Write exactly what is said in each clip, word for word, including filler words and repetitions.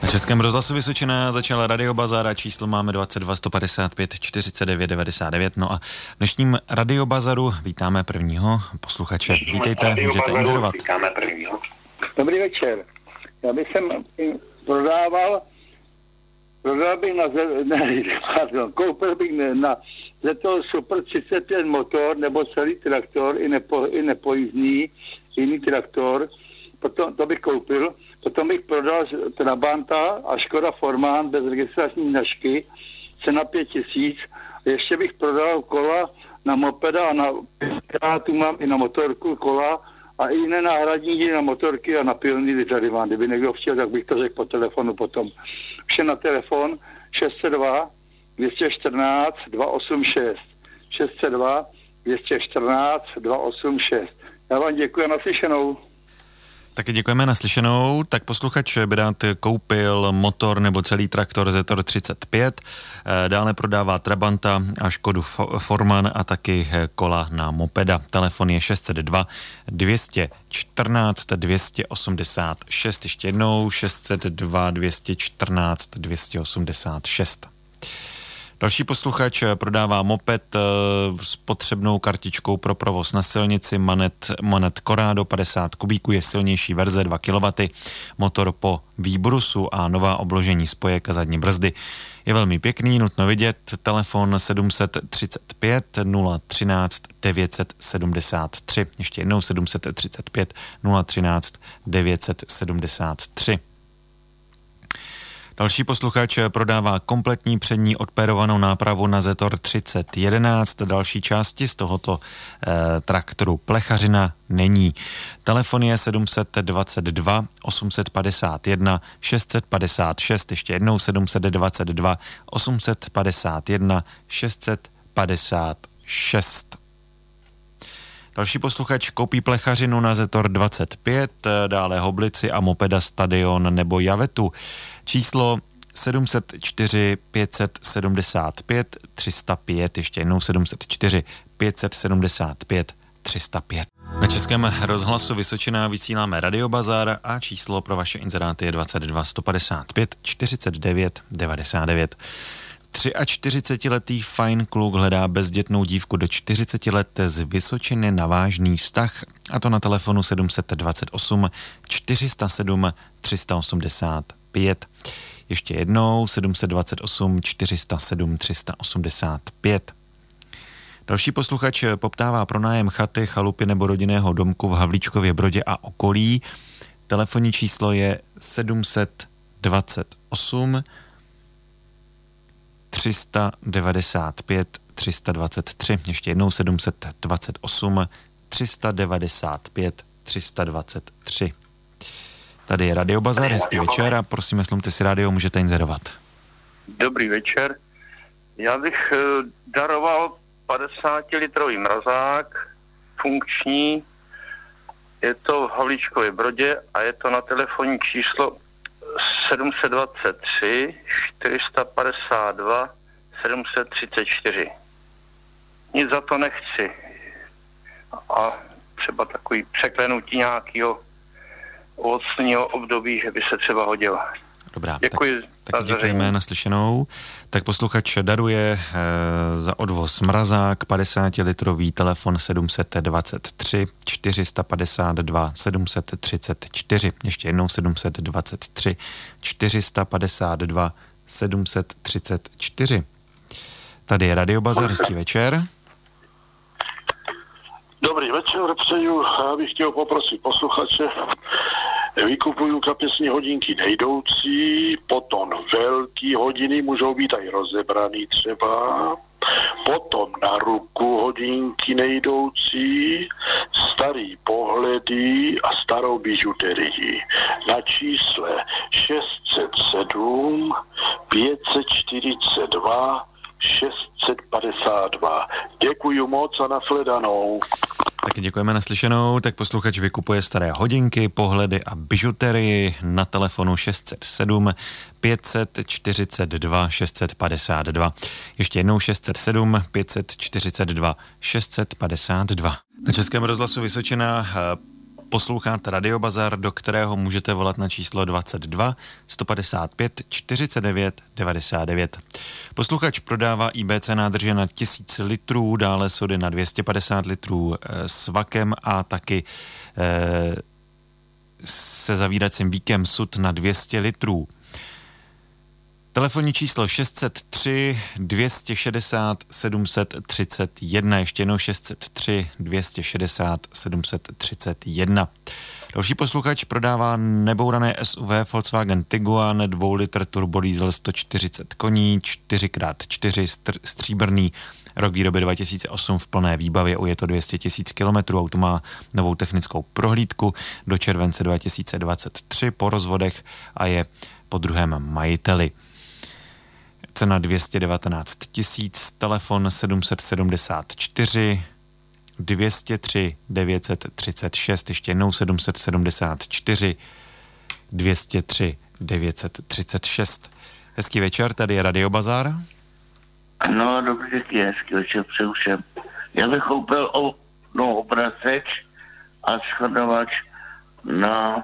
Na Českém rozhlasu Vysočina začal Radiobazar a číslo máme dvacet dva sto padesát pět čtyřicet devět devadesát devět. No a v dnešním Radiobazaru vítáme prvního posluchače. Vítejte, můžete inzerovat. Dobrý večer. Já bych sem prodával, prodal bych na, ne, pardon, koupil bych na Zetor Super třicet pět motor nebo celý traktor i, nepo, i nepojízdný, jiný traktor, potom to bych koupil. Potom bych prodal Trabanta a Škoda Forman bez registrační značky, cena pět tisíc. Ještě bych prodal kola na mopeda a na tu mám i na motorku kola a i jiné náhradní díly na motorky a na Pioneery tady mám. Kdyby někdo chtěl, tak bych to řekl po telefonu potom. Vše na telefon šest set dva dvě stě čtrnáct dva osm šest. šest set dva dvě stě čtrnáct dva osm šest. Já vám děkuji a naslyšenou. Taky děkujeme naslyšenou. Tak posluchač by rád koupil motor nebo celý traktor Zetor třicet pět, dále prodává Trabanta a Škodu Forman a taky kola na mopeda. Telefon je šest set dva dvě stě čtrnáct dvě stě osmdesát šest. Ještě jednou šest set dva dvě stě čtrnáct dvě stě osmdesát šest. Další posluchač prodává moped s potřebnou kartičkou pro provoz na silnici Manet, Manet Corrado padesát kubíků, je silnější verze dva kilowatty, motor po výbrusu a nová obložení spojek a zadní brzdy. Je velmi pěkný, nutno vidět. Telefon sedm set třicet pět nula třináct devět set sedmdesát tři. Ještě jednou sedm set třicet pět nula třináct devět set sedmdesát tři. Další posluchač prodává kompletní přední odperovanou nápravu na Zetor třicet jedenáct. Další části z tohoto eh, traktoru plechařina není. Telefon je sedm set dvacet dva osm set padesát jedna šest set padesát šest. Ještě jednou sedm set dvacet dva osm set padesát jedna šest set padesát šest. Další posluchač koupí plechařinu na Zetor dvacet pět, dále hoblici a mopeda Stadion nebo Javetu. Číslo sedm set čtyři pět set sedmdesát pět tři sta pět, ještě jednou sedm set čtyři pět set sedmdesát pět tři sta pět. Na Českém rozhlasu Vysočina vysíláme Radiobazar a číslo pro vaše inzeráty je dvacet dva sto padesát pět čtyřicet devět devadesát devět. čtyřicetiletý fajn kluk hledá bezdětnou dívku do čtyřiceti let z Vysočiny na vážný vztah, a to na telefonu sedm set dvacet osm čtyři sta sedm tři sta osmdesát pět. Ještě jednou sedm set dvacet osm čtyři sta sedm tři sta osmdesát pět. Další posluchač poptává pronájem chaty, chalupy nebo rodinného domku v Havlíčkově Brodě a okolí. Telefonní číslo je sedm set dvacet osm tři sta devadesát pět tři sta dvacet tři. Ještě jednou sedm set dvacet osm tři sta devadesát pět tři sta dvacet tři. Tady je Radiobazar, hezký večer a prosím, jestli si rádio můžete inzerovat. Dobrý večer. Já bych daroval padesátilitrový mrazák, funkční, je to v Havlíčkově Brodě a je to na telefonní číslo sedm set dvacet tři čtyři sta padesát dva sedm set třicet čtyři. Nic za to nechci. A třeba takový překlenutí nějakého ovocného období, že by se třeba hodilo. Dobrá, děkuji. Tak, taky děkujeme naslyšenou. Tak posluchač daruje e, za odvoz mrazák, padesátilitrový, telefon sedm set dvacet tři čtyři sta padesát dva sedm set třicet čtyři. Ještě jednou sedm set dvacet tři čtyři sta padesát dva sedm set třicet čtyři. Tady je Radiobazar, hezký večer. Dobrý večer, přeju. Já bych chtěl poprosit posluchače. Vykupuju kapesní hodinky nejdoucí, potom velký hodiny, můžou být aj rozebraný třeba, potom na ruku hodinky nejdoucí, starý pohledy a starou bižuterii. Na čísle šest set sedm pět set čtyřicet dva šest set padesát dva. Děkuju moc a nashledanou. Taky děkujeme naslyšenou. Tak posluchač vykupuje staré hodinky, pohledy a bižuterii na telefonu šest set sedm pět set čtyřicet dva šest set padesát dva. Ještě jednou šest set sedm pět set čtyřicet dva šest set padesát dva. Na Českém rozhlasu Vysočina Posloucháte Radiobazar, do kterého můžete volat na číslo dvacet dva sto padesát pět čtyřicet devět devadesát devět. Posluchač prodává I B C nádrže na tisíc litrů, dále sody na dvě stě padesát litrů s vakem a taky eh, se zavíracím víkem sud na dvě stě litrů. Telefonní číslo šest set tři dvě stě šedesát sedm set třicet jedna, ještě jednou šest set tři dvě stě šedesát sedm set třicet jedna. Další posluchač prodává nebourané S U V Volkswagen Tiguan, dvou litr turbodiesel sto čtyřicet koní, čtyři krát čtyři stříbrný, rok výroby dva tisíce osm v plné výbavě, je to dvě stě tisíc kilometrů, auto má novou technickou prohlídku do července dva tisíce dvacet tři po rozvodech a je po druhém majiteli. Cena dvě stě devatenáct tisíc, telefon sedm set sedmdesát čtyři dvě stě tři devět set třicet šest, ještě jednou sedm set sedmdesát čtyři dvě stě tři devět set třicet šest. Hezký večer, tady je Radiobazar. No, dobrý taky, hezký večer, přeju všem. Já bych koupil o, no, obraceč a shodovač na,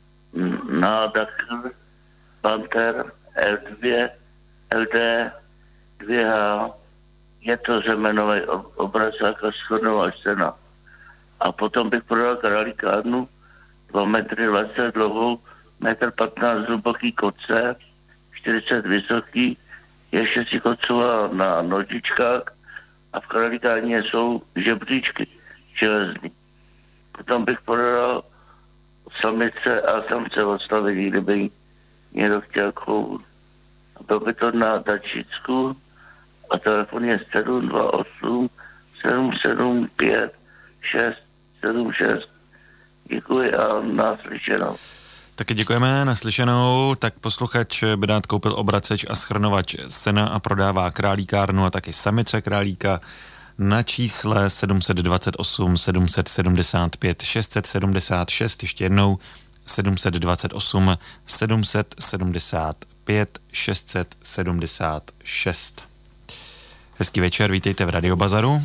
na Dakar Panther L dva L D dva H, je to řemenový obrazák a shodovač cena. A potom bych prodal kralikárnu dva metry dvacet dlouhou, metr patnáct hluboký koce, čtyřicet vysoký, je šesti kocová na nožičkách a v kralikárně jsou žebříčky železný. Potom bych prodal samice a samce odstavení, kdyby někdo chtěl koupit. A byl by to na Dačicku a telefon je sedm dva osm sedm sedm pět šest sedm šest. Děkuji a naslyšenou. Taky děkujeme, naslyšenou. Tak posluchač by rád koupil obraceč a schrnovač sena a prodává králíkárnu a taky samice králíka na čísle sedm set dvacet osm sedm set sedmdesát pět šest set sedmdesát šest, ještě jednou sedm set dvacet osm sedm set sedmdesát pět šest set sedmdesát šest. Hezký večer, vítejte v Radiobazaru.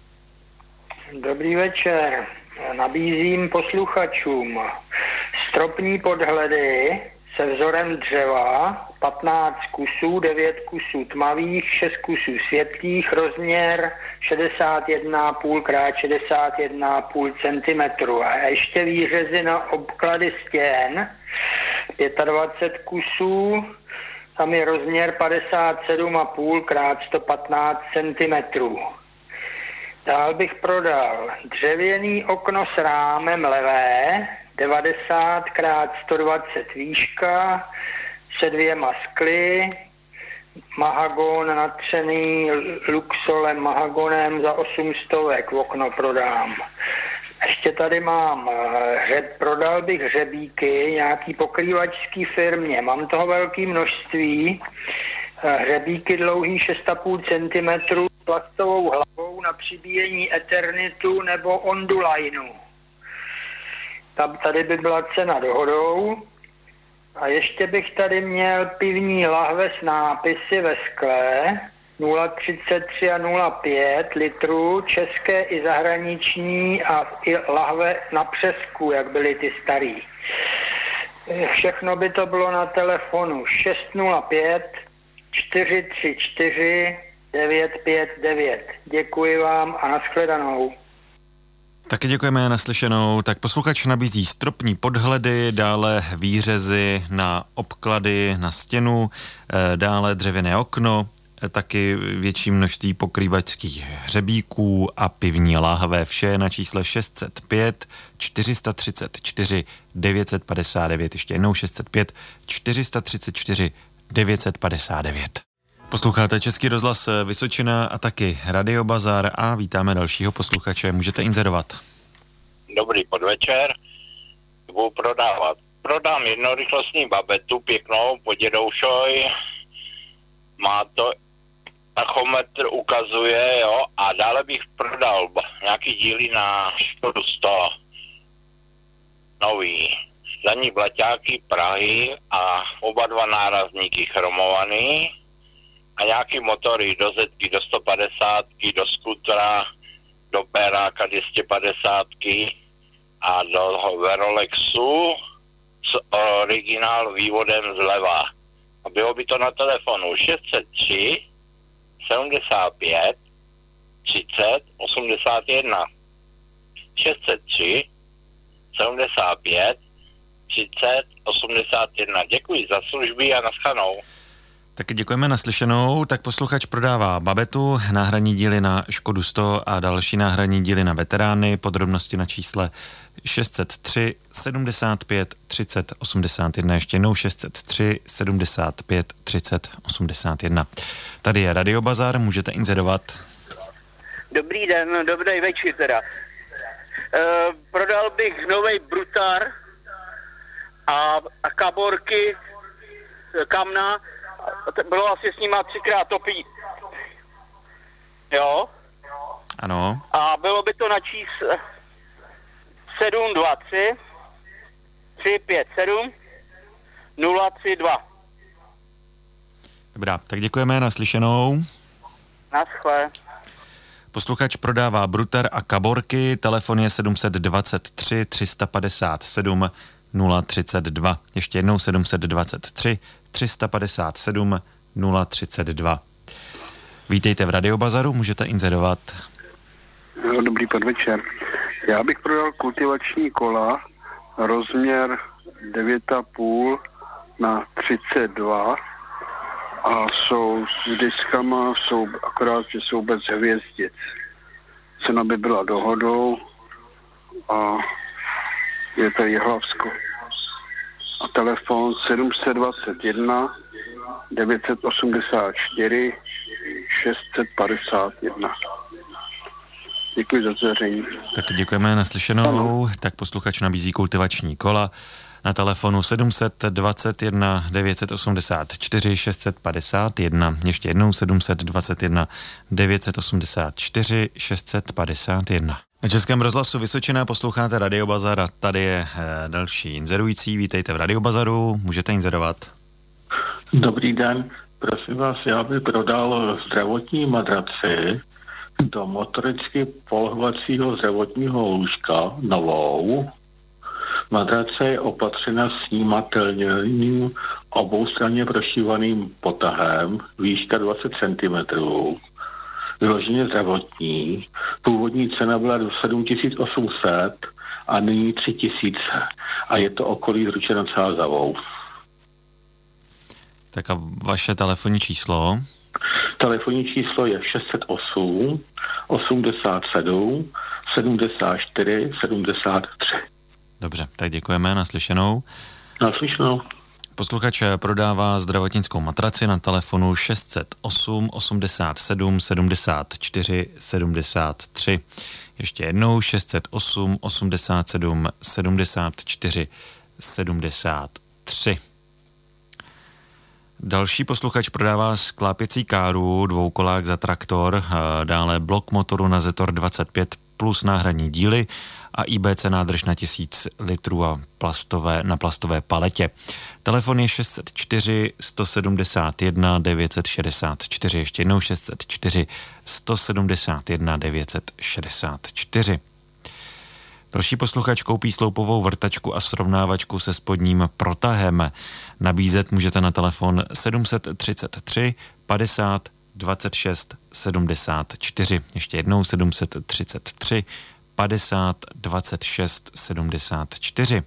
Dobrý večer. Nabízím posluchačům stropní podhledy se vzorem dřeva, patnáct kusů, devět kusů tmavých, šest kusů světlých, rozměr šedesát jedna celá pět krát šedesát jedna celá pět centimetru. A ještě výřezy na obklady stěn, dvacet pět kusů, tam je rozměr padesát sedm celá pět krát sto patnáct centimetrů. Dál bych prodal dřevěný okno s rámem levé, devadesát krát sto dvacet výška, se dvěma skly, mahagon natřený luxolem mahagonem za osm stovek, v okno prodám. Ještě tady mám, hřeb, prodal bych hřebíky nějaký pokrývačský firmě, mám toho velké množství, hřebíky dlouhý šest a půl centimetru, plastovou hlavou na přibíjení Eternitu nebo Ondulineu. Tam tady by byla cena dohodou. A ještě bych tady měl pivní lahve s nápisy ve skle nula třicet tři a nula pět litrů, české i zahraniční a i lahve na přesku, jak byly ty starý. Všechno by to bylo na telefonu šest nula pět čtyři tři čtyři devět pět devět. Děkuji vám a nashledanou. Taky děkujeme, naslyšenou. Tak posluchač nabízí stropní podhledy, dále výřezy na obklady na stěnu, dále dřevěné okno, taky větší množství pokrývačských hřebíků a pivní láhve. Vše na čísle šest set pět čtyři tři čtyři devět set padesát devět. Ještě jednou šest set pět čtyři tři čtyři devět set padesát devět. Posloucháte Český rozhlas Vysočina a taky Radiobazar a vítáme dalšího posluchače. Můžete inzerovat. Dobrý podvečer. Budu prodávat. Prodám jednorychlostní babetu pěknou po dědoušoj. Má to tachometr, ukazuje, jo. A dále bych prodal nějaký díly na Škodu sto. Nový. Zadní blaťáky Prahy a oba dva nárazníky chromovaný. A nějaký motory do Zetky, do sto padesát, do skutra, do Beráka dvě stě padesát a do Verolexu s originál vývodem zleva. A bylo by to na telefonu šest set tři sedmdesát pět třicet osmdesát jedna. šest set tři sedmdesát pět třicet osmdesát jedna. Děkuji za služby a naschledanou. Taky děkujeme naslyšenou. Tak posluchač prodává babetu, náhradní díly na Škodu sto a další náhradní díly na veterány. Podrobnosti na čísle šest set tři sedmdesát pět třicet osmdesát jedna. Ještě jednou šest set tři sedmdesát pět třicet osmdesát jedna. Tady je Radio Bazar, můžete inzerovat. Dobrý den, dobrý večer teda. E, prodal bych novej Brutar a, a kaborky kamna. Bylo asi s nima třikrát topí. Jo? Ano. A bylo by to na čísle sedm dva tři tři pět sedm nula tři dva. Dobrá, tak děkujeme, naslyšenou. Naschle. Posluchač prodává Brutar a kaborky, telefon je sedm set dvacet tři tři sta padesát sedm nula třicet dva. Ještě jednou sedm set dvacet tři tři sta padesát sedm nula třicet dva. Vítejte v Radiobazaru, můžete inzerovat. No, dobrý podvečer. Já bych prodal kultivační kola, rozměr devět a půl na třicet dva a jsou s diskama, jsou akorát, že jsou bez hvězdic. Cena by byla dohodou a je to Jihlavsko. A telefon sedm set dvacet jedna devět set osmdesát čtyři šest set padesát jedna. Děkuji za zveřejnění. Tak děkujeme naslyšenou. Tak posluchač nabízí kultivační kola na telefonu sedm set dvacet jedna devět set osmdesát čtyři šest set padesát jedna. Ještě jednou sedm set dvacet jedna devět set osmdesát čtyři šest set padesát jedna. Na Českém rozhlasu Vysočina posloucháte Radio Bazar a tady je e, další inzerující. Vítejte v Radio Bazaru, můžete inzerovat. Dobrý den, prosím vás, já bych prodal zdravotní madraci do motoricky polohovacího zdravotního lůžka novou. Madrace je opatřena snímatelným oboustranně prošívaným potahem, výška dvacet centimetrů. Vyloženě zdravotní. Původní cena byla sedm tisíc osm set a nyní tři tisíce. A je to okolí Zruče nad Sázavou. Tak a vaše telefonní číslo? Telefonní číslo je šest set osm osmdesát sedm sedmdesát čtyři sedmdesát tři. Dobře, tak děkujeme, naslyšenou. Naslyšenou. Posluchač prodává zdravotnickou matraci na telefonu šest set osm osmdesát sedm sedmdesát čtyři sedmdesát tři. Ještě jednou šest set osm osmdesát sedm sedmdesát čtyři sedmdesát tři. Další posluchač prodává sklápěcí káru, dvoukolák za traktor, dále blok motoru na Zetor dvacet pět plus náhradní díly a I B C nádrž na tisíc litrů a plastové, na plastové paletě. Telefon je šest set čtyři sto sedmdesát jedna devět set šedesát čtyři, ještě jednou šest set čtyři sto sedmdesát jedna devět set šedesát čtyři. Další posluchač koupí sloupovou vrtačku a srovnávačku se spodním protahem. Nabízet můžete na telefon sedm set třicet tři padesát dvacet šest sedmdesát čtyři. Ještě jednou sedm set třicet tři padesát dvacet šest sedmdesát čtyři.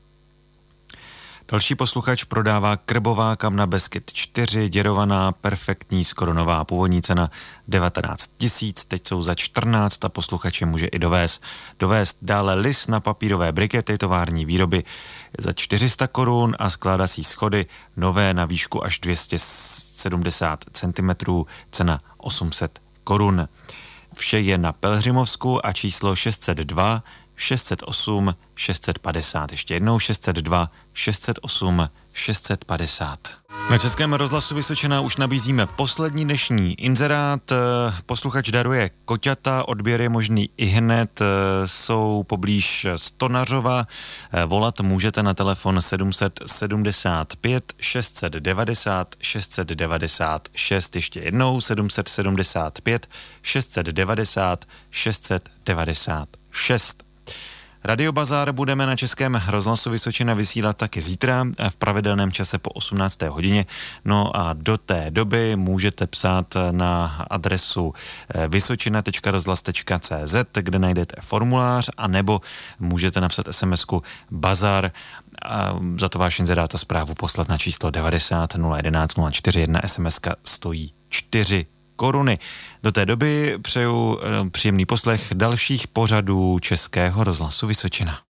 Další posluchač prodává krbová kamna Beskyt čtyři, děrovaná, perfektní, skoro nová, původní cena devatenáct tisíc, teď jsou za čtrnáct a posluchače může i dovést. Dovést dále lis na papírové brikety tovární výroby za čtyři sta korun a skládací schody nové na výšku až dvě stě sedmdesát centimetrů, cena osm set korun. Vše je na Pelhřimovsku a číslo šest set dva šest set osm šest set padesát. Ještě jednou šest set dva šest set osm šest set padesát. Na Českém rozhlasu Vysočina už nabízíme poslední dnešní inzerát. Posluchač daruje koťata, odběr je možný i hned, jsou poblíž Stonařova. Volat můžete na telefon sedm set sedmdesát pět šest set devadesát šest set devadesát šest. Ještě jednou sedm set sedmdesát pět šest set devadesát šest set devadesát šest. Radio Bazar budeme na Českém rozhlasu Vysočina vysílat taky zítra v pravidelném čase po osmnácté hodině. No a do té doby můžete psát na adresu vysočina tečka rozhlas tečka cé zet, kde najdete formulář, anebo můžete napsat SMSku Bazar a za to váš inzerát a zprávu poslat na číslo devadesát nula jedenáct nula čtyři jedna. SMSka stojí čtyři koruny. Do té doby přeju příjemný poslech dalších pořadů Českého rozhlasu Vysočina.